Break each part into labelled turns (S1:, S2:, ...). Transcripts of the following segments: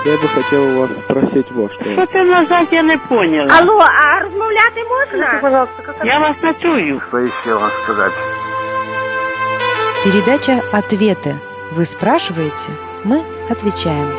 S1: Я бы хотел у вас спросить вот что.
S2: Що ти назад, я не поняла.
S3: Алло, а розмовляти можна? Скажите, пожалуйста, как
S2: Я вас не чую.
S4: Что еще вам сказать?
S5: Передача «Ответы». Вы спрашиваете, мы отвечаем.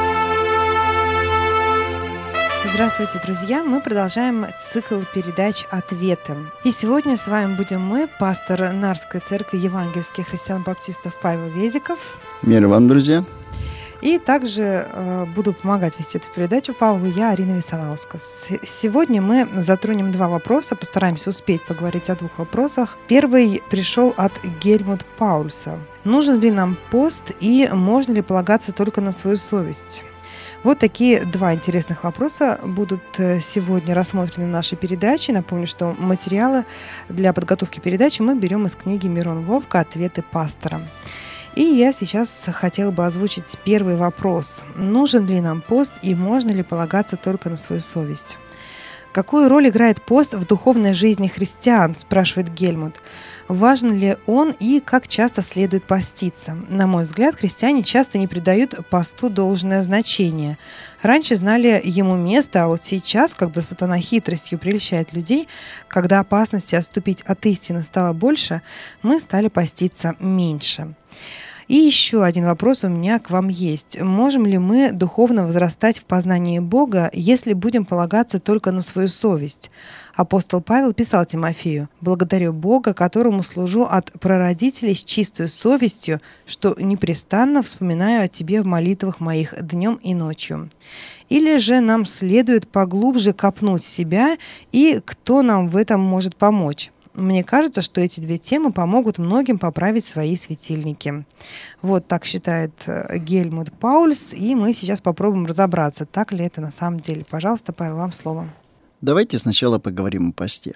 S5: Здравствуйте, друзья! Мы продолжаем цикл передач «Ответы». И сегодня с вами будем мы, пастор Нарской церкви евангельских христиан-баптистов Павел Везиков.
S4: Мир вам, друзья!
S5: И также буду помогать вести эту передачу Павлу я, Арина Висолаускас. Сегодня мы затронем два вопроса, постараемся успеть поговорить о двух вопросах. Первый пришел от Гельмут Паульса. Нужен ли нам пост и можно ли полагаться только на свою совесть? Вот такие два интересных вопроса будут сегодня рассмотрены в нашей передаче. Напомню, что материалы для подготовки передачи мы берем из книги Мирон Вовка «Ответы пастора». И я сейчас хотела бы озвучить первый вопрос. Нужен ли нам пост и можно ли полагаться только на свою совесть? Какую роль играет пост в духовной жизни христиан, спрашивает Гельмут. Важен ли он и как часто следует поститься? На мой взгляд, христиане часто не придают посту должное значение. Раньше знали ему место, а вот сейчас, когда сатана хитростью прельщает людей, когда опасности отступить от истины стало больше, мы стали поститься меньше. И еще один вопрос у меня к вам есть. Можем ли мы духовно возрастать в познании Бога, если будем полагаться только на свою совесть? Апостол Павел писал Тимофею: «Благодарю Бога, которому служу от прародителей с чистой совестью, что непрестанно вспоминаю о тебе в молитвах моих днем и ночью». Или же нам следует поглубже копнуть себя, и кто нам в этом может помочь? Мне кажется, что эти две темы помогут многим поправить свои светильники. Вот так считает Гельмут Паульс, и мы сейчас попробуем разобраться, так ли это на самом деле. Пожалуйста, Павел, вам слово.
S4: Давайте сначала поговорим о посте.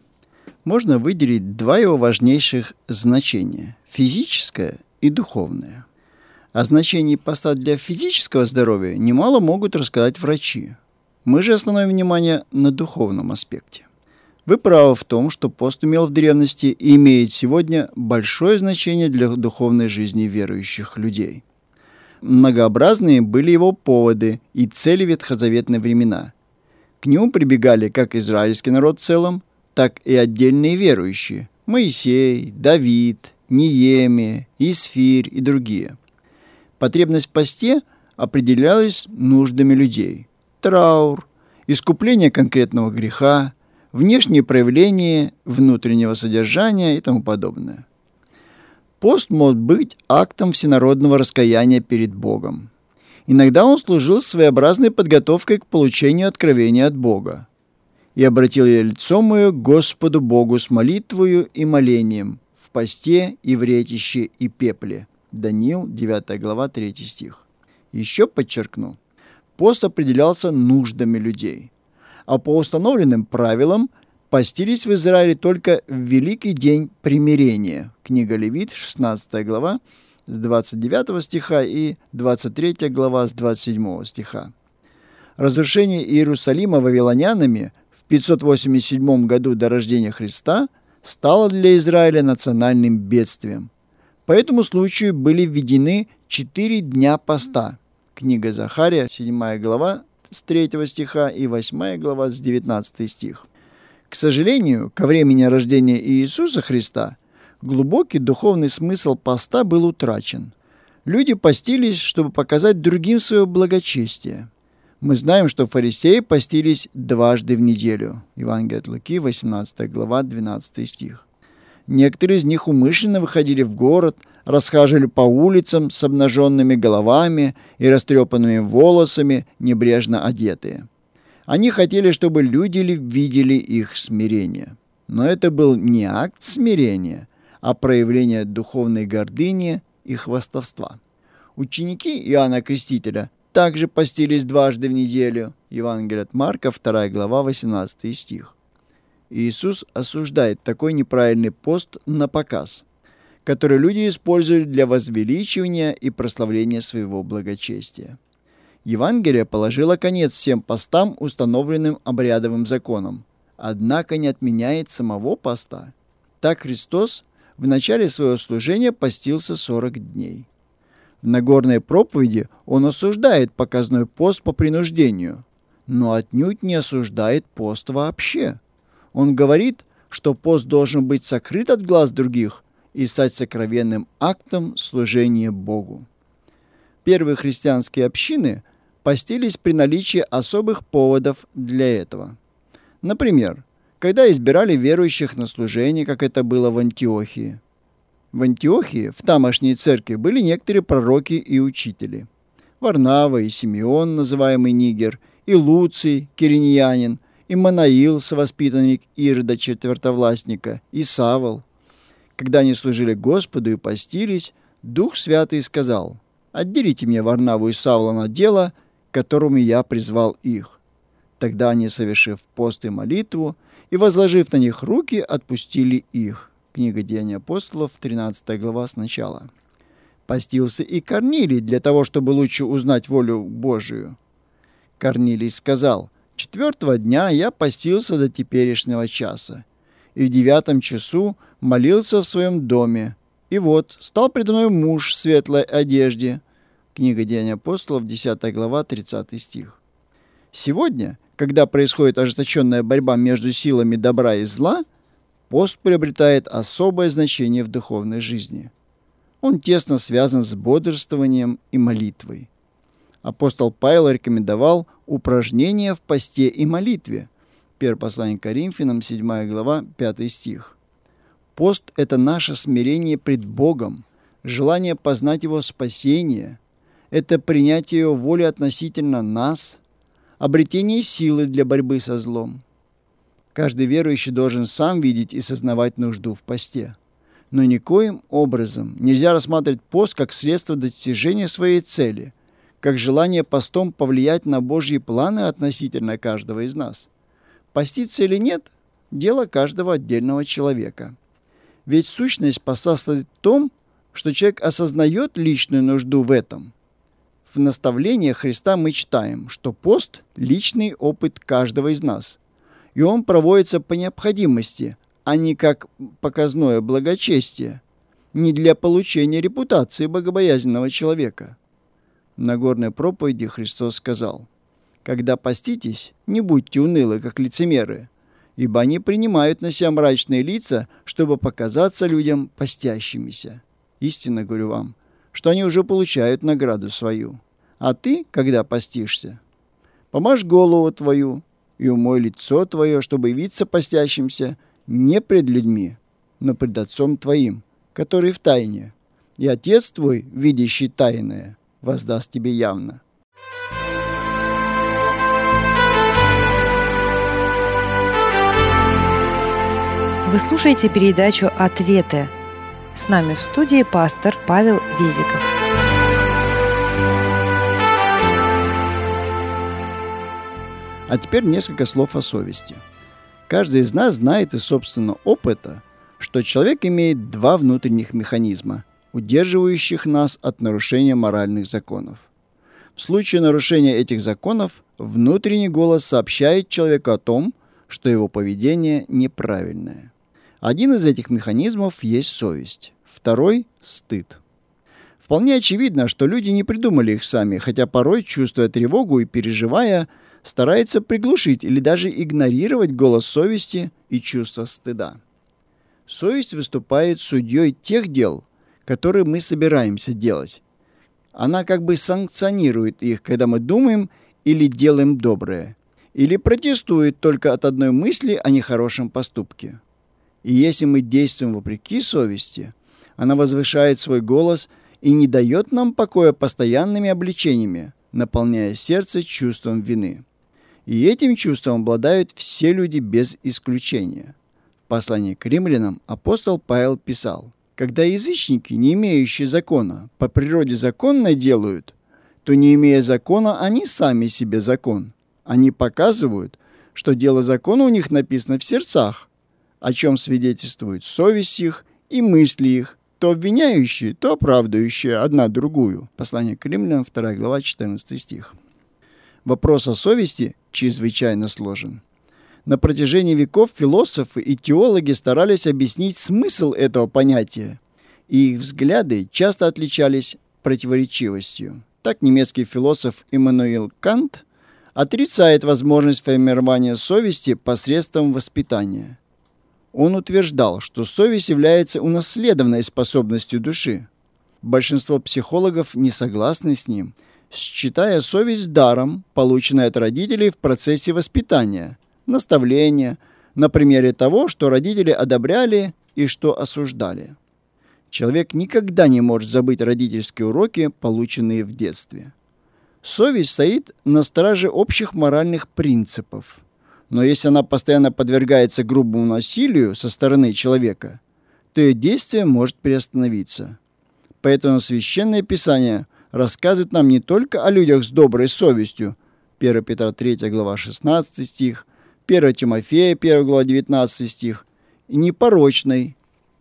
S4: Можно выделить два его важнейших значения – физическое и духовное. О значении поста для физического здоровья немало могут рассказать врачи. Мы же остановим внимание на духовном аспекте. Вы правы в том, что пост имел в древности и имеет сегодня большое значение для духовной жизни верующих людей. Многообразные были его поводы и цели в ветхозаветные времена. К нему прибегали как израильский народ в целом, так и отдельные верующие – Моисей, Давид, Неемия, Исфирь и другие. Потребность в посте определялась нуждами людей – траур, искупление конкретного греха, внешние проявления внутреннего содержания и тому подобное. Пост мог быть актом всенародного раскаяния перед Богом. Иногда он служил своеобразной подготовкой к получению откровения от Бога. «И обратил я лицо мое к Господу Богу с молитвою и молением в посте и в ретище и пепле». Даниил, 9 глава, 3 стих. Еще подчеркну, пост определялся нуждами людей. А по установленным правилам постились в Израиле только в Великий день примирения. Книга Левит, 16 глава, с 29 стиха и 23 глава с 27 стиха. Разрушение Иерусалима вавилонянами в 587 году до рождения Христа стало для Израиля национальным бедствием. По этому случаю были введены 4 дня поста. Книга Захария, 7 глава, с 3 стиха и 8 глава с 19 стих. К сожалению, ко времени рождения Иисуса Христа глубокий духовный смысл поста был утрачен. Люди постились, чтобы показать другим свое благочестие. Мы знаем, что фарисеи постились дважды в неделю. Евангелие от Луки, 18 глава, 12 стих. Некоторые из них умышленно выходили в город, расхаживали по улицам с обнаженными головами и растрепанными волосами, небрежно одетые. Они хотели, чтобы люди видели их смирение. Но это был не акт смирения, а проявление духовной гордыни и хвастовства. Ученики Иоанна Крестителя также постились дважды в неделю. Евангелие от Марка, 2 глава, 18 стих. Иисус осуждает такой неправильный пост на показ, который люди используют для возвеличивания и прославления своего благочестия. Евангелие положило конец всем постам, установленным обрядовым законом, однако не отменяет самого поста. Так Христос в начале своего служения постился 40 дней. В Нагорной проповеди он осуждает показной пост по принуждению, но отнюдь не осуждает пост вообще. Он говорит, что пост должен быть сокрыт от глаз других и стать сокровенным актом служения Богу. Первые христианские общины постились при наличии особых поводов для этого. Например, когда избирали верующих на служение, как это было в Антиохии. В Антиохии, в тамошней церкви, были некоторые пророки и учители. Варнава и Симеон, называемый Нигер, и Луций, кириньянин, и Манаил, совоспитанник Ирода четвертовластника, и Савл. Когда они служили Господу и постились, Дух Святый сказал: «Отделите мне Варнаву и Савла на дело, к которому я призвал их». Тогда они, совершив пост и молитву, и, возложив на них руки, отпустили их. Книга Деяний апостолов, 13 глава сначала. Постился и Корнилий для того, чтобы лучше узнать волю Божию. Корнилий сказал: «4-го дня я постился до теперешнего часа, и в 9 часу молился в своем доме. И вот стал предо мной муж в светлой одежде». Книга Деяний апостолов, 10 глава, 30 стих. Сегодня, когда происходит ожесточенная борьба между силами добра и зла, пост приобретает особое значение в духовной жизни. Он тесно связан с бодрствованием и молитвой. Апостол Павел рекомендовал упражнения в посте и молитве. 1 послание к Коринфянам, 7 глава, 5 стих. Пост – это наше смирение пред Богом, желание познать Его спасение, это принятие Его воли относительно нас, обретение силы для борьбы со злом. Каждый верующий должен сам видеть и сознавать нужду в посте. Но никоим образом нельзя рассматривать пост как средство достижения своей цели, как желание постом повлиять на Божьи планы относительно каждого из нас. Поститься или нет – дело каждого отдельного человека. Ведь сущность поста состоит в том, что человек осознает личную нужду в этом. В наставлениях Христа мы читаем, что пост – личный опыт каждого из нас. И он проводится по необходимости, а не как показное благочестие, не для получения репутации богобоязненного человека. В Нагорной проповеди Христос сказал: «Когда поститесь, не будьте унылы, как лицемеры, ибо они принимают на себя мрачные лица, чтобы показаться людям постящимися. Истинно говорю вам, что они уже получают награду свою. А ты, когда постишься, помажь голову твою и умой лицо твое, чтобы явиться постящимся не пред людьми, но пред Отцом твоим, который в тайне. И Отец твой, видящий тайное, воздаст тебе явно».
S5: Вы слушаете передачу «Ответы». С нами в студии пастор Павел Везиков.
S4: А теперь несколько слов о совести. Каждый из нас знает из собственного опыта, что человек имеет два внутренних механизма, удерживающих нас от нарушения моральных законов. В случае нарушения этих законов внутренний голос сообщает человеку о том, что его поведение неправильное. Один из этих механизмов есть совесть, второй – стыд. Вполне очевидно, что люди не придумали их сами, хотя порой, чувствуя тревогу и переживая, стараются приглушить или даже игнорировать голос совести и чувство стыда. Совесть выступает судьей тех дел, которые мы собираемся делать. Она как бы санкционирует их, когда мы думаем или делаем доброе, или протестует только от одной мысли о нехорошем поступке. И если мы действуем вопреки совести, она возвышает свой голос и не дает нам покоя постоянными обличениями, наполняя сердце чувством вины. И этим чувством обладают все люди без исключения. В послании к римлянам апостол Павел писал: «Когда язычники, не имеющие закона, по природе законно делают, то, не имея закона, они сами себе закон. Они показывают, что дело закона у них написано в сердцах, о чем свидетельствует совесть их и мысли их, то обвиняющие, то оправдывающие одна другую». Послание к римлянам, 2 глава, 14 стих. Вопрос о совести чрезвычайно сложен. На протяжении веков философы и теологи старались объяснить смысл этого понятия, и их взгляды часто отличались противоречивостью. Так немецкий философ Иммануил Кант отрицает возможность формирования совести посредством воспитания. Он утверждал, что совесть является унаследованной способностью души. Большинство психологов не согласны с ним, считая совесть даром, полученной от родителей в процессе воспитания, наставления, на примере того, что родители одобряли и что осуждали. Человек никогда не может забыть родительские уроки, полученные в детстве. Совесть стоит на страже общих моральных принципов. Но если она постоянно подвергается грубому насилию со стороны человека, то ее действие может приостановиться. Поэтому Священное Писание рассказывает нам не только о людях с доброй совестью, 1 Петра 3 глава 16 стих, 1 Тимофея 1 глава 19 стих, и непорочной,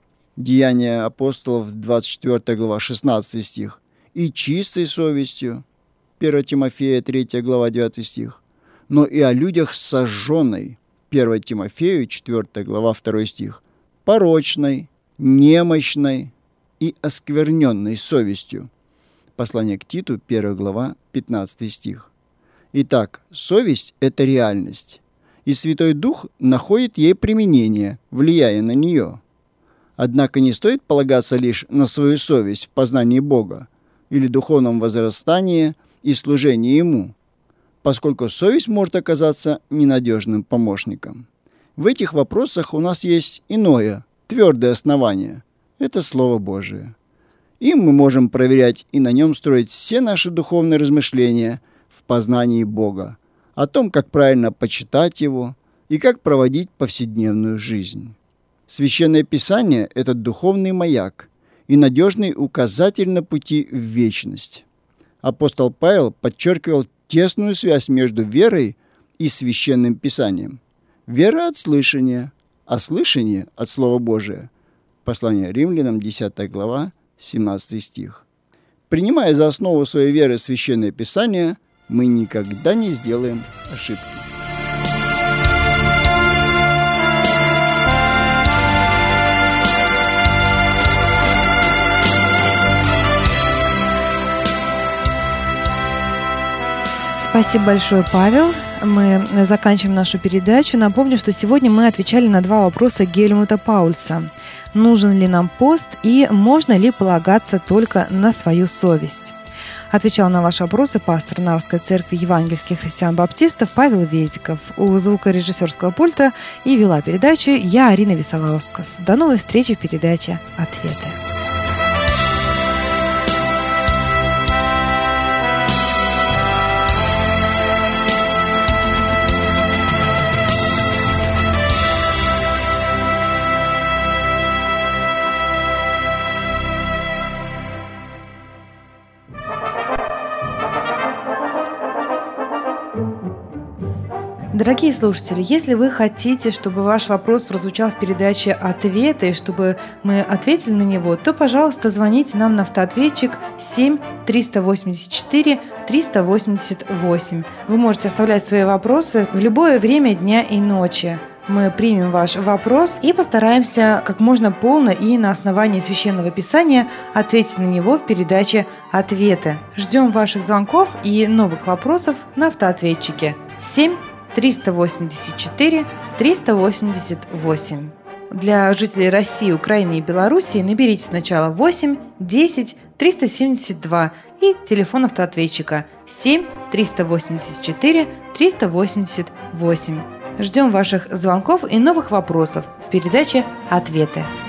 S4: Деяния апостолов 24 глава 16 стих, и чистой совестью, 1 Тимофея 3 глава 9 стих, но и о людях с сожженной, 1 Тимофею 4 глава 2 стих, порочной, немощной и оскверненной совестью. Послание к Титу, 1 глава, 15 стих. Итак, совесть – это реальность, и Святой Дух находит ей применение, влияя на нее. Однако не стоит полагаться лишь на свою совесть в познании Бога или духовном возрастании и служении Ему, поскольку совесть может оказаться ненадежным помощником. В этих вопросах у нас есть иное, твердое основание – это Слово Божие. Им мы можем проверять и на нем строить все наши духовные размышления в познании Бога, о том, как правильно почитать Его и как проводить повседневную жизнь. Священное Писание – это духовный маяк и надежный указатель на пути в вечность. Апостол Павел подчеркивал тесную связь между верой и Священным Писанием. Вера от слышания, а слышание от Слова Божия. Послание Римлянам, 10 глава, 17 стих. Принимая за основу своей веры Священное Писание, мы никогда не сделаем ошибки.
S5: Спасибо большое, Павел. Мы заканчиваем нашу передачу. Напомню, что сегодня мы отвечали на 2 вопроса Гельмута Паульса. Нужен ли нам пост и можно ли полагаться только на свою совесть? Отвечал на ваши вопросы пастор Нарвской церкви евангельских христиан-баптистов Павел Везиков. У звукорежиссерского пульта и вела передачу я, Арина Висолаускас. До новой встречи в передаче «Ответы». Дорогие слушатели, если вы хотите, чтобы ваш вопрос прозвучал в передаче «Ответы», и чтобы мы ответили на него, то, пожалуйста, звоните нам на автоответчик 7 384 388. Вы можете оставлять свои вопросы в любое время дня и ночи. Мы примем ваш вопрос и постараемся как можно полно и на основании Священного Писания ответить на него в передаче «Ответы». Ждем ваших звонков и новых вопросов на автоответчике 7 384 388. Для жителей России, Украины и Белоруссии наберите сначала 8 10 372 и телефон автоответчика 7 384 388. Ждем ваших звонков и новых вопросов в передаче «Ответы».